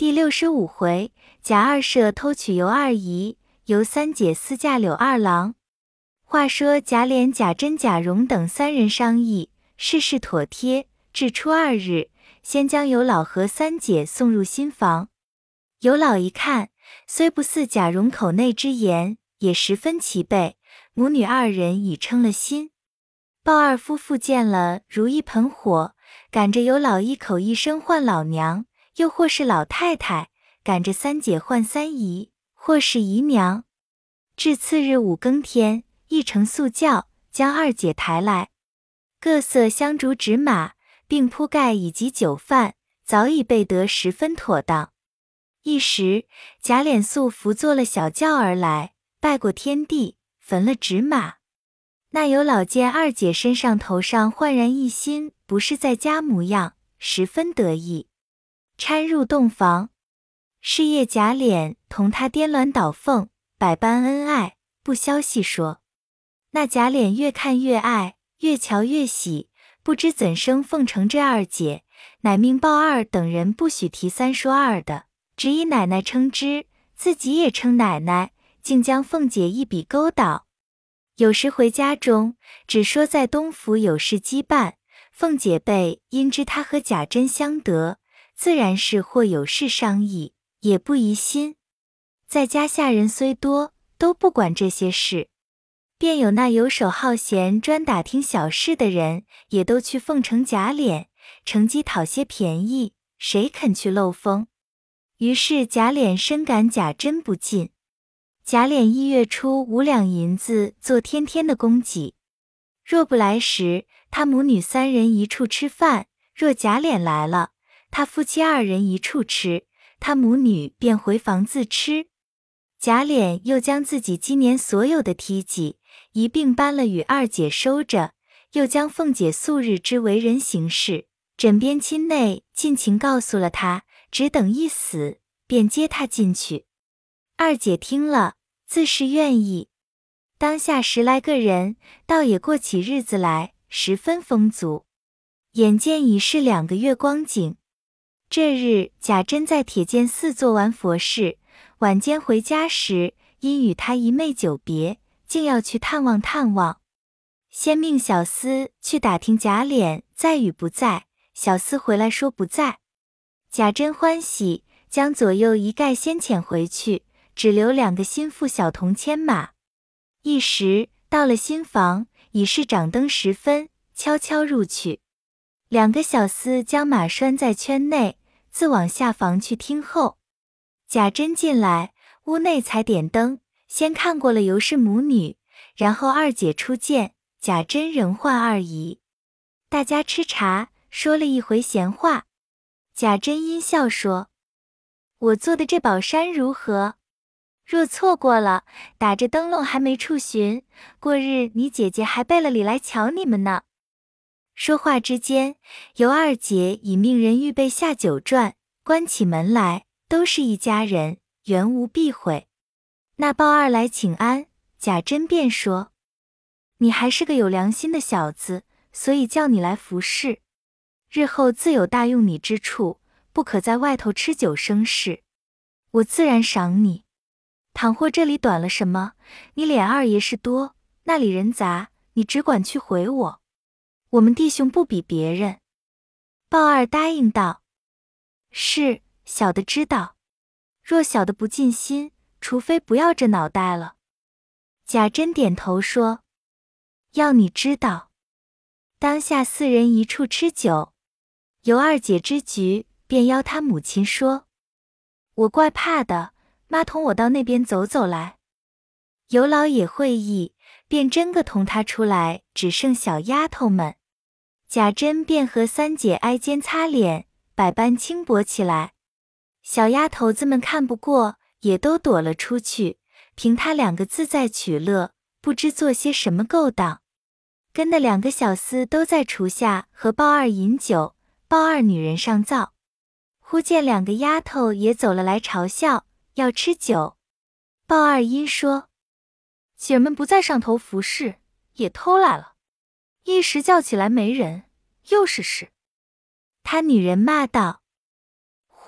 第65回，贾二舍偷娶尤二姨，尤三姐私嫁柳二郎。话说贾琏、贾珍、贾蓉等三人商议，事事妥帖。至初2日，先将尤老和三姐送入新房。尤老一看，虽不似贾蓉口内之言，也十分齐备，母女2人已称了心。鲍二夫妇见了，如一盆火，赶着尤老一口一声唤老娘，又或是老太太，赶着三姐唤三姨，或是姨娘。至次日5更天，一乘素轿将2姐抬来，各色香烛纸马，并铺盖以及酒饭，早已备得十分妥当。一时贾琏素扶坐了小轿而来，拜过天地，焚了纸马。那尤老见2姐身上头上焕然一新，不是在家模样，十分得意，搀入洞房。是夜贾琏同他颠鸾倒凤，百般恩爱，不消细说。那贾琏越看越爱，越瞧越喜，不知怎生奉承这2姐，乃命鲍二等人不许提3说2的，只以奶奶称之，自己也称奶奶，竟将凤姐一笔勾倒。有时回家中，只说在东府有事羁绊，凤姐辈因知他和贾珍相得，自然是或有事商议，也不疑心。在家下人虽多，都不管这些事，便有那游手好闲专打听小事的人，也都去奉承贾琏，乘机讨些便宜，谁肯去漏风？于是贾琏深感贾珍不进。贾琏1月初5两银子做天天的供给，若不来时，他母女3人一处吃饭；若贾琏来了，他夫妻2人一处吃，他母女便回房自吃。贾琏又将自己今年所有的梯级一并搬了与2姐收着，又将凤姐素日之为人行事，枕边亲内尽情告诉了她，只等一死，便接她进去。2姐听了，自是愿意。当下10来个人，倒也过起日子来，十分丰足。眼见已是2个月光景。这日贾珍在铁剑寺做完佛事，晚间回家时，因与他一妹久别，竟要去探望探望。先命小厮去打听贾琏在与不在，小厮回来说不在。贾珍欢喜，将左右一概先遣回去，只留2个心腹小童牵马。一时到了新房，已是掌灯时分，悄悄入去。2个小厮将马拴在圈内，自往下房去听候。贾珍进来，屋内才点灯，先看过了尤氏母女，然后2姐出见，贾珍仍唤2姨。大家吃茶，说了一回闲话。贾珍阴笑说：“我做的这宝山如何？若错过了，打着灯笼还没处寻，过日你姐姐还备了礼来瞧你们呢。”说话之间，尤2姐已命人预备下酒馔，关起门来，都是一家人，原无避讳。那鲍二来请安，贾珍便说：“你还是个有良心的小子，所以叫你来服侍。日后自有大用你之处，不可在外头吃酒生事。我自然赏你。倘或这里短了什么，你脸2爷是多，那里人杂，你只管去回我。我们弟兄不比别人。”鲍二答应道：“是，小的知道。若小的不尽心，除非不要这脑袋了。”贾珍点头说：“要你知道。”当下4人一处吃酒。尤2姐之局，便邀她母亲说：“我怪怕的，妈同我到那边走走来。”尤老也会意，便真个同她出来，只剩小丫头们。贾珍便和3姐挨肩擦脸，百般轻薄起来。小丫头子们看不过，也都躲了出去，凭她2个自在取乐，不知做些什么勾当。跟的2个小厮都在厨下和鲍二饮酒，鲍二女人上灶。忽见2个丫头也走了来嘲笑，要吃酒。鲍二因说：“姐儿们不在上头服侍，也偷来了。一时叫起来没人，又是事。”他女人骂道：“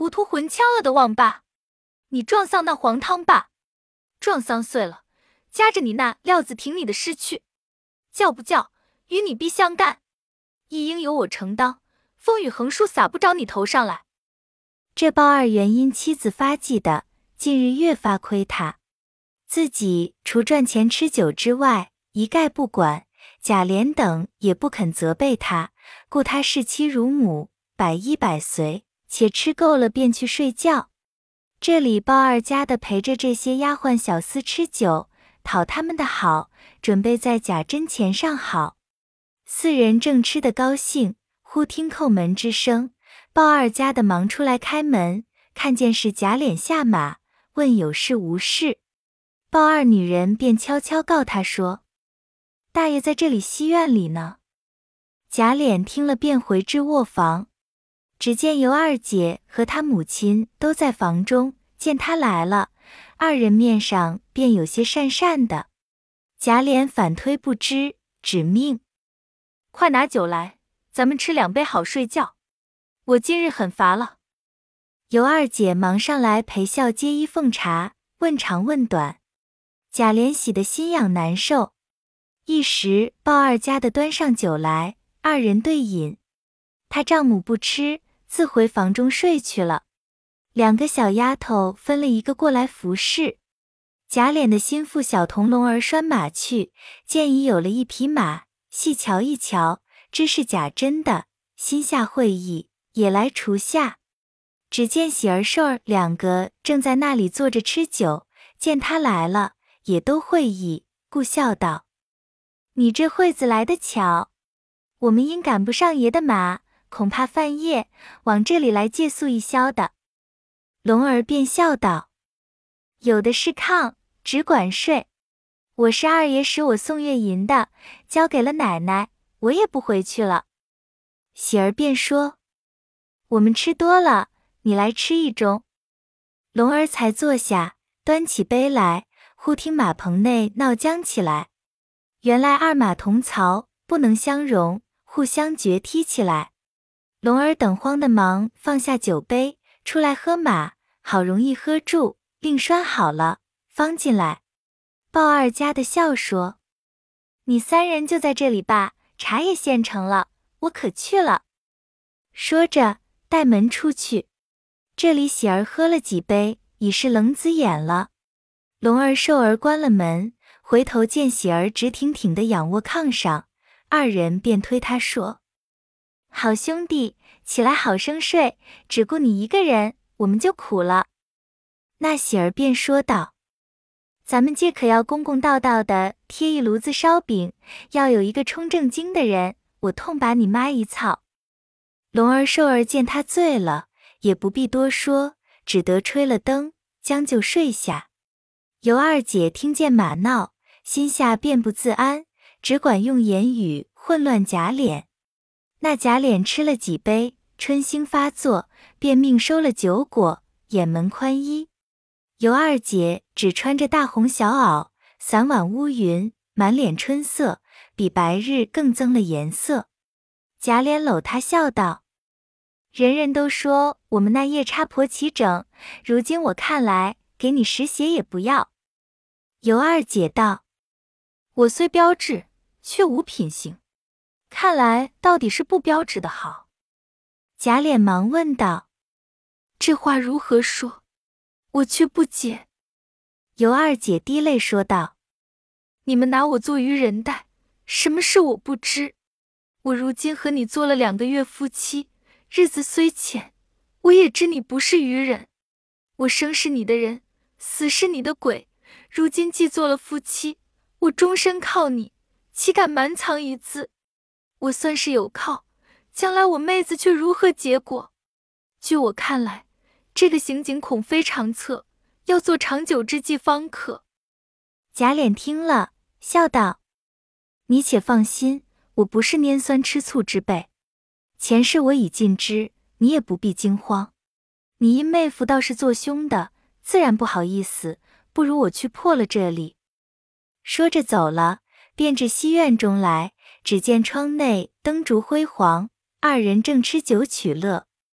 糊涂混腔了的王八！你撞丧那黄汤吧，撞丧碎了，夹着你那料子挺你的尸去，叫不叫，与你必相干，亦应由我承当，风雨横竖洒不着你头上来。这鲍二原因妻子发迹的，近日越发亏他，自己除赚钱吃酒之外，一概不管，贾琏等也不肯责备他，故他视妻如母，百依百随，且吃够了便去睡觉。这里鲍二家的陪着这些丫鬟小厮吃酒，讨他们的好，准备在贾珍前上好。四人正吃得高兴，忽听叩门之声，鲍二家的忙出来开门，看见是贾琏下马，问有事无事。鲍二女人便悄悄告他说：大爷在这里西院里呢。贾琏听了便回至卧房，只见尤二姐和她母亲都在房中，见他来了，二人面上便有些讪讪的。贾琏反推不知，指命：快拿酒来，咱们吃2杯好睡觉，我今日很乏了。尤二姐忙上来陪笑接衣奉茶，问长问短。贾琏喜得心痒难受，一时鲍二家的端上酒来，二人对饮，他丈母不吃，自回房中睡去了。2个小丫头分了一个过来服侍。贾琏的心腹小童龙儿拴马去，见已有了一匹马，细瞧一瞧，知是贾珍的，心下会意，也来除下。只见喜儿寿儿2个正在那里坐着吃酒，见他来了，也都会意，故笑道：你这会子来得巧，我们因赶不上爷的马，恐怕犯夜，往这里来借宿一宵的。龙儿便笑道：有的是炕，只管睡。我是二爷使我送月银的，交给了奶奶，我也不回去了。喜儿便说：我们吃多了，你来吃一盅。龙儿才坐下，端起杯来，忽听马棚内闹僵起来。原来二马同槽，不能相容，互相决踢起来。龙儿等慌的忙放下酒杯，出来喝马，好容易喝住，另拴好了，方进来。鲍二家的笑说：你3人就在这里吧，茶也现成了，我可去了。说着带门出去。这里喜儿喝了几杯，已是冷子眼了。龙儿寿儿关了门，回头见喜儿直挺挺地仰卧炕上，二人便推他说：好兄弟，起来好生睡，只顾你一个人，我们就苦了。那喜儿便说道：咱们借可要公公道道的贴一炉子烧饼，要有一个冲正经的人，我痛把你妈一操。龙儿寿儿见他醉了，也不必多说，只得吹了灯，将就睡下。尤二姐听见马闹，心下便不自安，只管用言语混乱贾琏。那贾琏吃了几杯，春兴发作，便命收了酒果，掩门宽衣。尤二姐只穿着大红小袄，散挽乌云，满脸春色，比白日更增了颜色。贾琏搂她笑道：人人都说我们那夜叉婆齐整，如今我看来，给你10血也不要。尤二姐道：我虽标致，却无品行，看来到底是不标致的好。贾琏忙问道：这话如何说？我却不解。尤二姐滴泪说道：你们拿我做愚人待，什么事我不知。我如今和你做了2个月夫妻，日子虽浅，我也知你不是愚人。我生是你的人，死是你的鬼，如今既做了夫妻，我终身靠你，岂敢瞒藏一字？我算是有靠，将来我妹子却如何结果？据我看来，这个刑景恐非长策，要做长久之计方可。贾琏听了，笑道：你且放心，我不是拈酸吃醋之辈，前事我已尽知，你也不必惊慌。你因妹夫倒是做凶的，自然不好意思，不如我去破了这里。说着走了，便至西院中来，只见窗内灯烛辉煌，二人正吃酒取乐。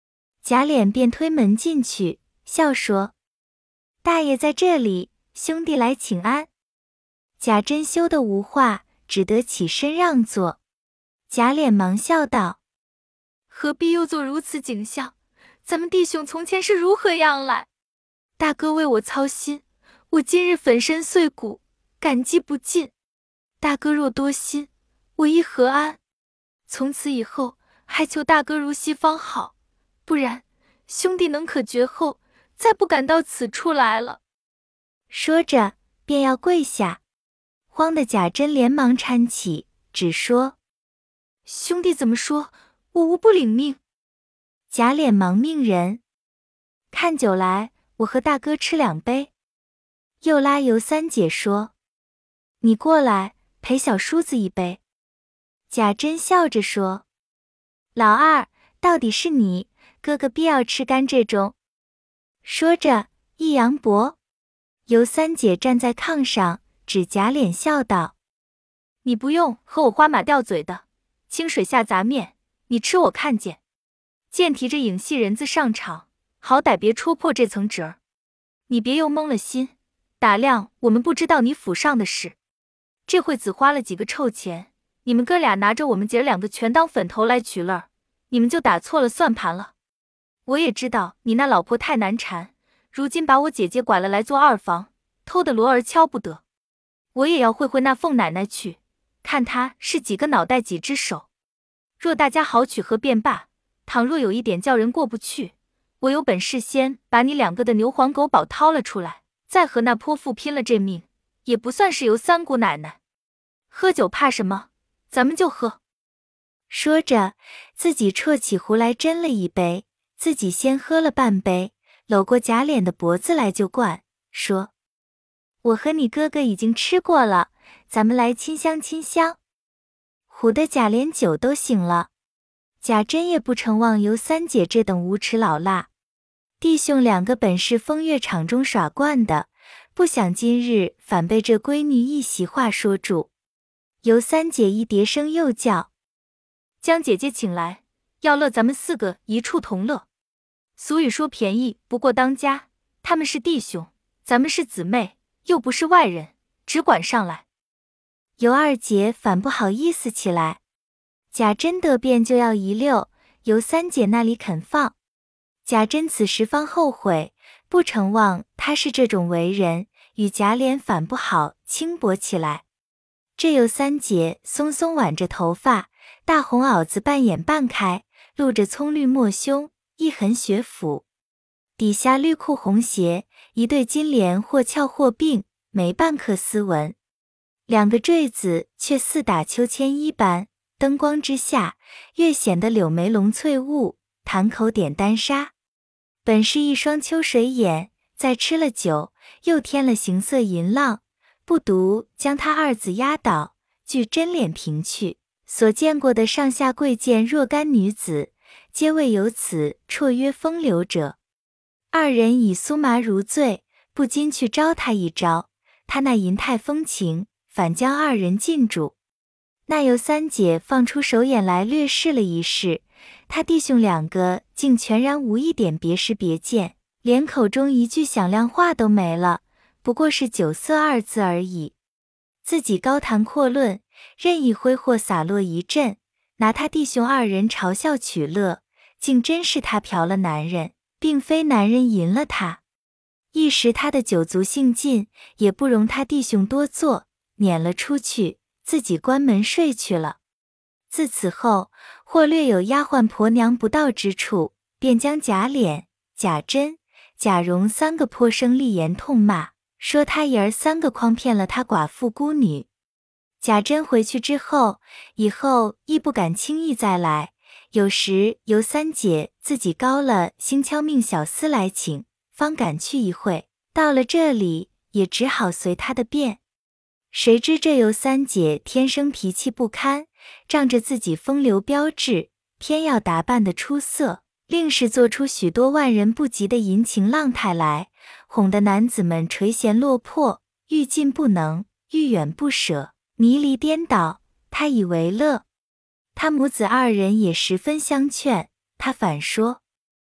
贾琏便推门进去，笑说：“大爷在这里，兄弟来请安。”贾珍羞得无话，只得起身让座。贾琏忙笑道：“何必又做如此景象？咱们弟兄从前是如何样来？大哥为我操心，我今日粉身碎骨，感激不尽。大哥若多心，我亦何安？从此以后，还求大哥如昔方好，不然兄弟能可绝后，再不敢到此处来了。”说着便要跪下，慌得贾珍连忙搀起，只说：“兄弟怎么说，我无不领命。”贾琏忙命人：“看酒来，我和大哥吃2杯。”又拉尤三姐说：“你过来陪小叔子1杯。”贾珍笑着说：“老二，到底是你，哥哥必要吃干这盅。”说着一扬脖，尤三姐站在炕上，指贾琏笑道：“你不用和我花马吊嘴的，清水下杂面，你吃我看见。见提着影戏人子上场，好歹别戳破这层纸儿。你别又蒙了心，打量我们不知道你府上的事。这会子花了几个臭钱，你们哥俩拿着我们姐2个全当粉头来取乐儿，你们就打错了算盘了。我也知道你那老婆太难缠，如今把我姐姐拐了来做2房，偷的锣儿敲不得。我也要会会那凤奶奶去，看她是几个脑袋几只手。若大家好取和便罢，倘若有一点叫人过不去，我有本事先把你2个的牛黄狗宝掏了出来，再和那泼妇拼了这命，也不算是由3姑奶奶。喝酒怕什么？咱们就喝。”说着自己啜起壶来斟了1杯，自己先喝了半杯，搂过贾琏的脖子来就灌，说：“我和你哥哥已经吃过了，咱们来亲香亲香。”唬得贾琏酒都醒了。贾珍也不成望尤三姐这等无耻老辣，弟兄2个本是风月场中耍惯的，不想今日反被这闺女一席话说住。尤三姐一叠声又叫：“将姐姐请来，要乐咱们4个一处同乐。俗语说便宜不过当家，他们是弟兄，咱们是姊妹，又不是外人，只管上来。”尤二姐反不好意思起来。贾珍得便就要一溜，尤三姐那里肯放。贾珍此时方后悔，不成望他是这种为人，与贾琏反不好轻薄起来。这尤三姐松松挽着头发，大红袄子半掩半开，露着葱绿抹胸，一横雪府，底下绿裤红鞋，一对金莲或翘或并，没半颗丝纹。2个坠子却似打秋千衣般，灯光之下，越显得柳眉龙翠雾，潭口点丹砂。本是一双秋水眼，再吃了酒，又添了形色银浪，不独将他2子压倒，俱真脸平去。所见过的上下贵贱若干女子，皆未有此绰约风流者。2人已酥麻如醉，不禁去招他一招，他那银态风情，反将2人禁住。那尤三姐放出手眼来略试了一试，他弟兄2个竟全然无一点别识别见，连口中一句响亮话都没了，不过是酒色2字而已。自己高谈阔论，任意挥霍洒落一阵，拿他弟兄2人嘲笑取乐，竟真是他嫖了男人，并非男人淫了他。一时他的酒足兴尽，也不容他弟兄多坐，撵了出去，自己关门睡去了。自此后，或略有丫鬟婆娘不到之处，便将贾琏、贾珍、贾蓉3个颇生厉言痛骂，说他爷儿3个诓骗了他寡妇孤女。贾珍回去之后，以后亦不敢轻易再来，有时尤三姐自己高了星敲命小厮来请，方敢去一会，到了这里也只好随他的便。谁知这尤三姐天生脾气不堪，仗着自己风流标致，偏要打扮得出色，另是做出许多万人不及的淫情浪态来，哄得男子们垂涎落魄，欲近不能，欲远不舍，迷离颠倒，他以为乐。他母子2人也十分相劝，他反说：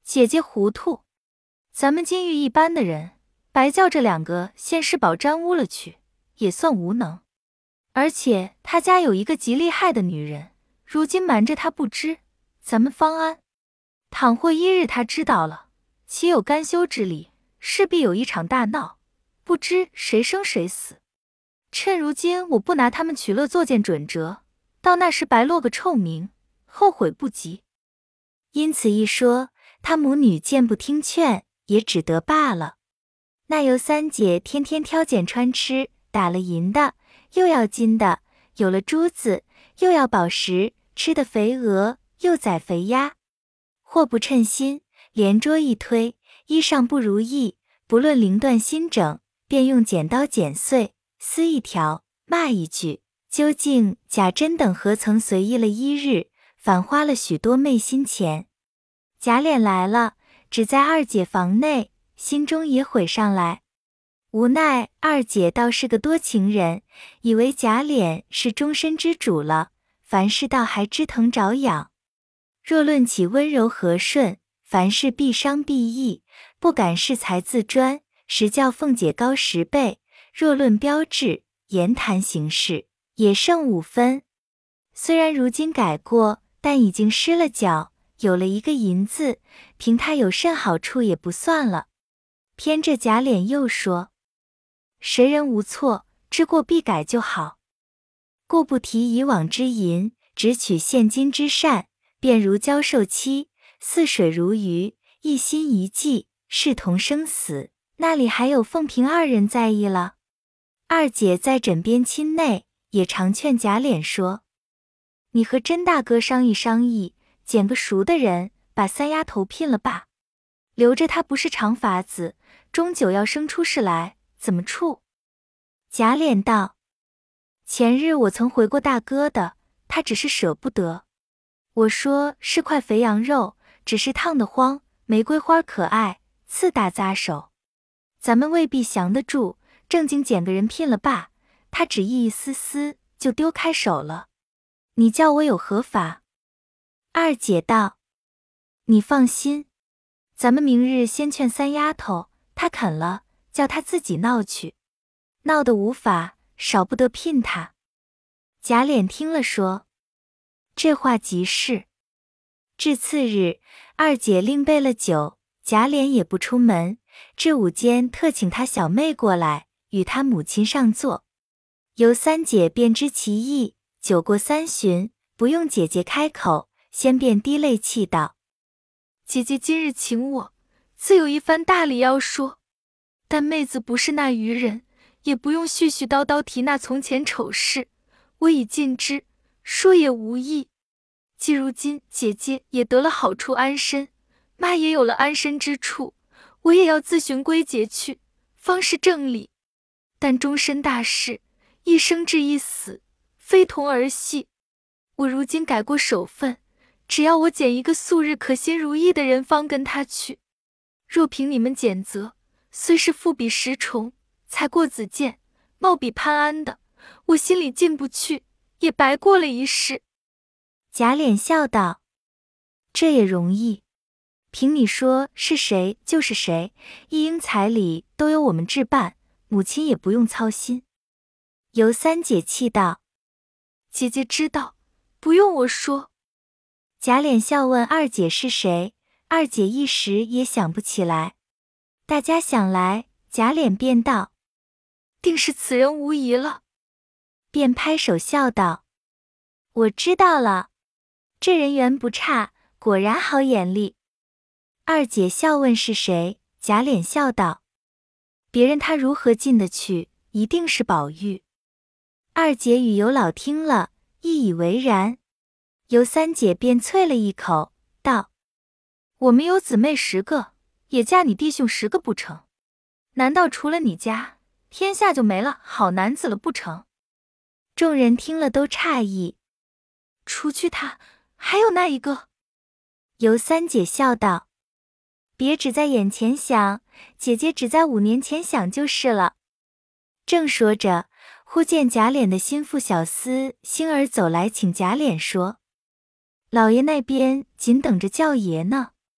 姐姐糊涂，咱们金玉一般的人，白叫这2个现世宝沾污了去，也算无能。而且他家有一个极厉害的女人，如今瞒着他不知，咱们方安。倘或一日他知道了，岂有甘休之理，势必有一场大闹，不知谁生谁死。趁如今我不拿他们取乐作践准则，到那时白落个臭名，后悔不及。因此一说，他母女见不听劝，也只得罢了。那尤三姐天天挑拣穿吃，打了银的，又要金的，有了珠子，又要宝石，吃的肥鹅，又宰肥鸭。或不称心，连桌一推，衣裳不如意，不论绫缎新整，便用剪刀剪碎，撕一条，骂一句。究竟贾珍等何曾随意了1日，反花了许多昧心钱。贾琏来了，只在二姐房内，心中也悔上来。无奈二姐倒是个多情人，以为贾琏是终身之主了，凡事倒还知疼着痒。若论起温柔和顺，凡事必伤必义，不敢恃才自专，实叫凤姐高10倍。若论标致，言谈行事，也胜5分。虽然如今改过，但已经失了脚，有了一个银子，凭他有甚好处也不算了。偏着贾琏又说，谁人无错，知过必改就好。故不提以往之淫，只取现今之善，便如胶受漆，似水如鱼，一心一计，视同生死，那里还有凤萍2人在意了？二姐在枕边亲内，也常劝贾琏说，你和甄大哥商议商议，捡个熟的人，把3丫头聘了吧。留着他不是长法子，终究要生出事来，怎么处？贾琏道，前日我曾回过大哥的，他只是舍不得。我说是块肥羊肉，只是烫得慌，玫瑰花可爱，刺大扎手。咱们未必降得住，正经捡个人聘了罢，他只意一丝丝就丢开手了。你叫我有何法？二姐道，你放心，咱们明日先劝3丫头，她肯了，叫她自己闹去，闹得无法，少不得聘她。贾琏听了说，这话极是。至次日，二姐另备了酒，贾琏也不出门，至午间特请他小妹过来，与他母亲上座。尤三姐便知其意，酒过3巡，不用姐姐开口，先便滴泪泣道，姐姐今日请我，自有一番大理要说，但妹子不是那愚人，也不用絮絮叨叨提那从前丑事，我已尽知，说也无益。既如今姐姐也得了好处安身，妈也有了安身之处，我也要自寻归结去，方是正理。但终身大事，一生至一死，非同儿戏。我如今改过手分，只要我拣一个素日可心如意的人方跟他去。若凭你们拣择，虽是富比石崇，才过子建，貌比潘安的，我心里进不去，也白过了一世。贾琏笑道，这也容易，凭你说是谁就是谁，一应彩礼都由我们置办，母亲也不用操心。尤三姐气道，姐姐知道，不用我说。贾琏笑问二姐是谁，二姐一时也想不起来。大家想来，贾琏便道，定是此人无疑了。便拍手笑道，我知道了，这人缘不差，果然好眼力。二姐笑问是谁，贾琏笑道，别人他如何进得去，一定是宝玉。二姐与尤老听了，亦以为然。尤三姐便啐了一口，道，我们有姊妹10个，也嫁你弟兄10个不成？难道除了你家，天下就没了好男子了不成？众人听了都诧异，除去他，还有那一个？尤三姐笑道，别只在眼前想，姐姐只在5年前想就是了。正说着，忽见贾琏的心腹小厮星儿走来，请贾琏说，老爷那边仅等着叫爷呢。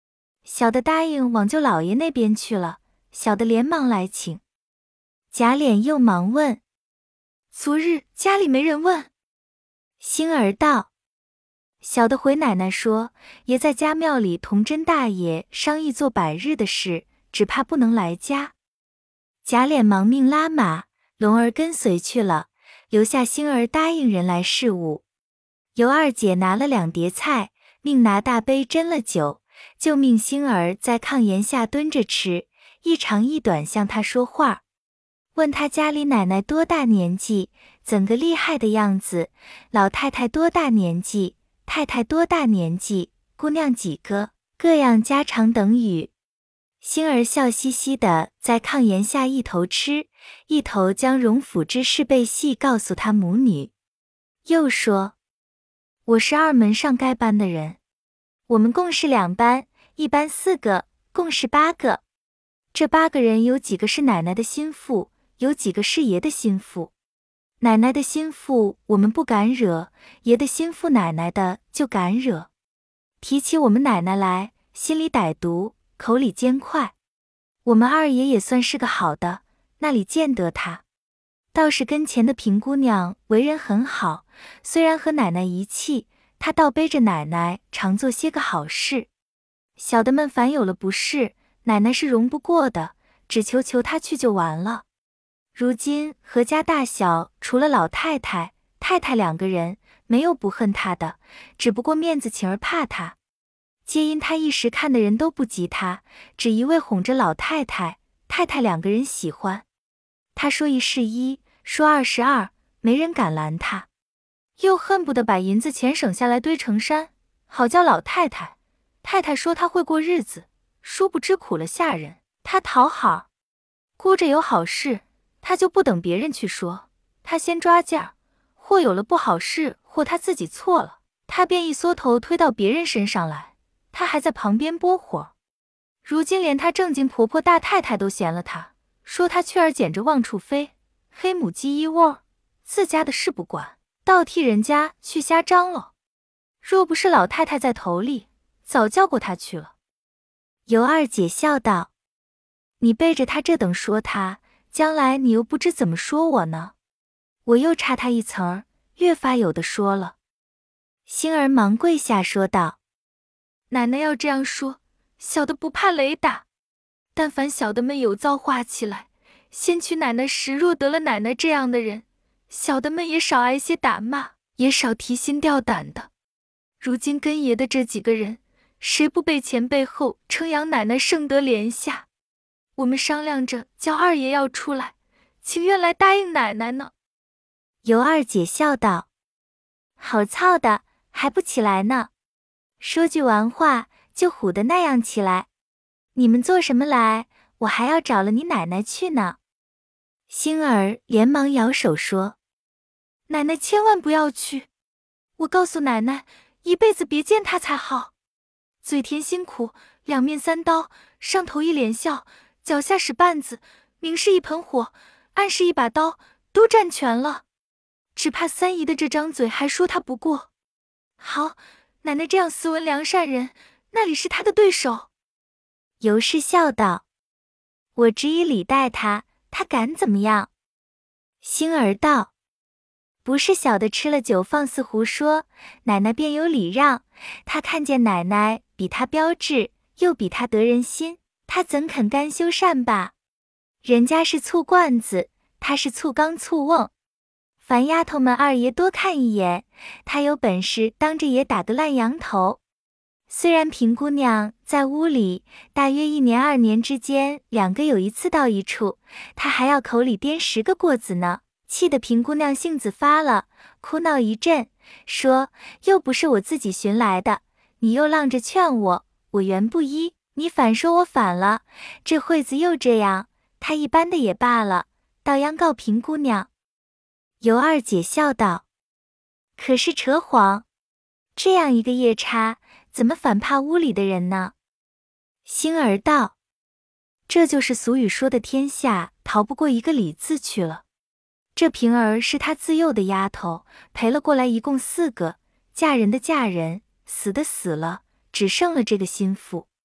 小的答应往舅老爷那边去了，小的连忙来请。贾琏又忙问：昨日家里没人问？星儿道：小的回奶奶说，爷在家庙里同甄大爷商议做百日的事，只怕不能来家。贾琏忙命拉马，龙儿跟随去了，留下星儿答应人来事务。尤二姐拿了2碟菜，命拿大杯斟了酒，就命星儿在炕沿下蹲着吃，一长一短向她说话，问她家里奶奶多大年纪，怎个厉害的样子，老太太多大年纪，太太多大年纪，姑娘几个，各样家常等语。星儿笑嘻嘻的在炕沿下一头吃，一头将荣府之事备细告诉他母女。又说：我是2门上该班的人，我们共是2班，一班4个，共是8个。这8个人有几个是奶奶的心腹，有几个是爷的心腹。奶奶的心腹我们不敢惹，爷的心腹奶奶的就敢惹。提起我们奶奶来，心里歹毒，口里尖快。我们二爷也算是个好的，那里见得他。倒是跟前的平姑娘为人很好，虽然和奶奶一气，她倒背着奶奶常做些个好事。小的们凡有了不是，奶奶是容不过的，只求她去就完了。如今何家大小除了老太太、太太2个人，没有不恨她的，只不过面子情儿怕她。皆因她一时看的人都不及她，只一味哄着老太太、太太2个人喜欢。她说1是1，说2是2，没人敢拦她。又恨不得把银子钱省下来堆成山，好叫老太太、太太说她会过日子，殊不知苦了下人，她讨好。顾着有好事，她就不等别人去说，她先抓劲儿，或有了不好事，或她自己错了，她便一缩头推到别人身上来，她还在旁边拨火。如今连她正经婆婆大太太都嫌了她，说她雀儿捡着望处飞，黑母鸡一窝，自家的事不管，倒替人家去瞎张罗。若不是老太太在头里，早叫过她去了。尤二姐笑道：你背着她这等说她，将来你又不知怎么说我呢。我又插她一层儿，越发有的说了。星儿忙跪下说道：奶奶要这样说，小的不怕雷打，但凡小的们有造化起来，先娶奶奶时若得了奶奶这样的人，小的们也少挨些打骂，也少提心吊胆的。如今跟爷的这几个人，谁不背前背后称扬奶奶圣德怜下？我们商量着叫二爷要出来，情愿来答应奶奶呢。尤二姐笑道：好操的，还不起来呢？说句完话，就唬得那样起来。你们做什么来？我还要找了你奶奶去呢。星儿连忙摇手说：奶奶千万不要去，我告诉奶奶，一辈子别见她才好。嘴甜辛苦，2面3刀，上头一脸笑，脚下使绊子，明是一盆火，暗是一把刀，都占全了。只怕三姨的这张嘴还说她不过。好，奶奶这样斯文良善人，那里是她的对手？尤氏笑道：我只以礼待她，她敢怎么样？星儿道：不是小的吃了酒放肆胡说，奶奶便有礼让。她看见奶奶比她标致，又比她得人心，她怎肯甘休善罢？人家是醋罐子，她是醋缸醋瓮。凡丫头们二爷多看一眼，她有本事当着爷打个烂羊头。虽然平姑娘在屋里大约1年2年之间2个有一次到一处，她还要口里颠10个过子呢，气得平姑娘性子发了，哭闹一阵，说又不是我自己寻来的，你又浪着劝我，我原不依，你反说我反了，这会子又这样，她一般的也罢了，倒央告平姑娘。尤二姐笑道：可是扯谎，这样一个夜叉，怎么反怕屋里的人呢？星儿道：这就是俗语说的天下逃不过一个理字去了。这平儿是她自幼的丫头，陪了过来一共4个，嫁人的嫁人，死的死了，只剩了这个心腹。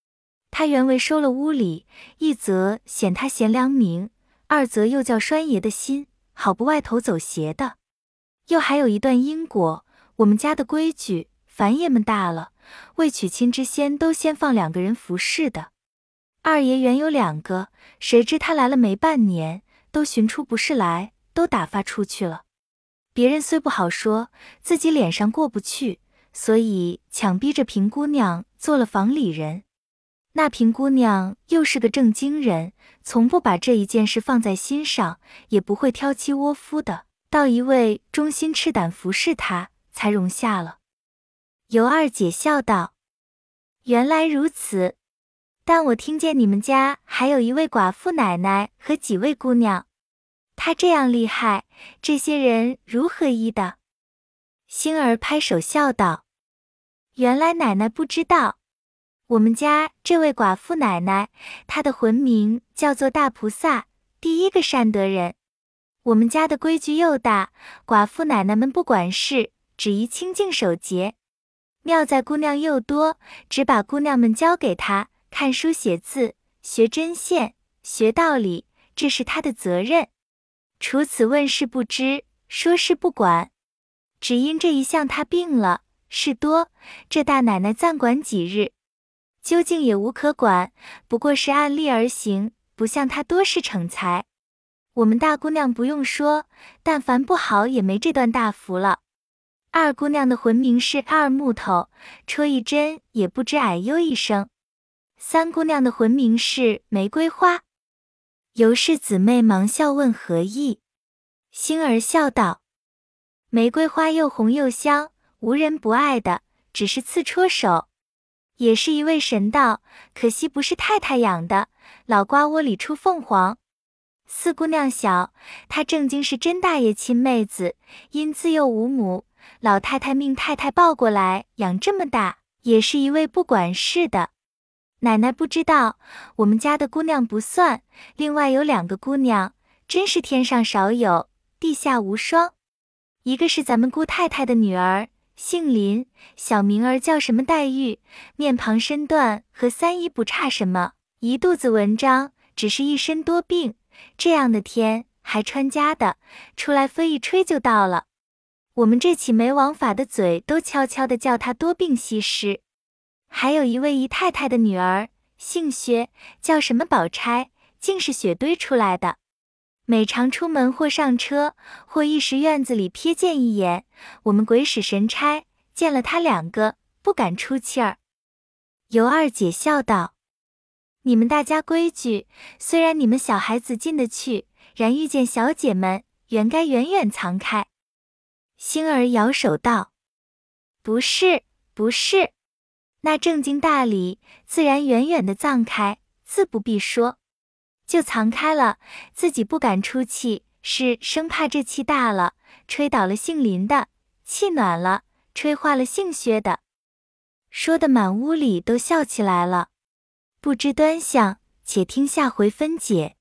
他原为收了屋里，一则显他贤良名，二则又叫栓爷的心，好不外头走邪的。又还有一段因果，我们家的规矩，凡爷们大了，未娶亲之先都先放2个人服侍的。二爷原有2个，谁知他来了没半年，都寻出不是来，都打发出去了。别人虽不好说，自己脸上过不去，所以强逼着平姑娘做了房里人。那平姑娘又是个正经人，从不把这一件事放在心上，也不会挑妻窝夫的，到一位忠心赤胆服侍她，才容下了。尤二姐笑道：原来如此，但我听见你们家还有一位寡妇奶奶和几位姑娘，她这样厉害，这些人如何医的？星儿拍手笑道：原来奶奶不知道，我们家这位寡妇奶奶，她的魂名叫做大菩萨，第一个善德人。我们家的规矩又大，寡妇奶奶们不管事，只宜清净守节。妙在姑娘又多，只把姑娘们交给她，看书写字，学针线，学道理，这是她的责任。除此问事不知，说事不管。只因这一项她病了，事多，这大奶奶暂管几日。究竟也无可管，不过是按例而行，不像她多事成才。我们大姑娘不用说，但凡不好也没这段大福了。二姑娘的魂名是二木头，戳一针也不知哎呦一声。三姑娘的魂名是玫瑰花。尤氏姊妹忙笑问何意。星儿笑道：玫瑰花又红又香，无人不爱的，只是刺戳手。也是一位神道，可惜不是太太养的，老瓜窝里出凤凰。四姑娘小，她正经是甄大爷亲妹子，因自幼无母，老太太命太太抱过来养这么大，也是一位不管事的。奶奶不知道，我们家的姑娘不算，另外有2个姑娘，真是天上少有，地下无双。一个是咱们姑太太的女儿，姓林，小名儿叫什么黛玉，面庞身段和三姨不差什么，一肚子文章，只是一身多病，这样的天还穿家的，出来风一吹就到了。我们这起没王法的嘴都悄悄地叫她多病西施。还有一位姨太太的女儿，姓薛，叫什么宝钗，竟是雪堆出来的。每常出门或上车，或一时院子里瞥见一眼，我们鬼使神差，见了他2个，不敢出气儿。尤二姐笑道：你们大家规矩，虽然你们小孩子进得去，然遇见小姐们，原该远远藏开。星儿摇手道：不是，不是，那正经大礼，自然远远的藏开，自不必说。就藏开了，自己不敢出气，是生怕这气大了，吹倒了姓林的，气暖了，吹化了姓薛的。说的满屋里都笑起来了。不知端详，且听下回分解。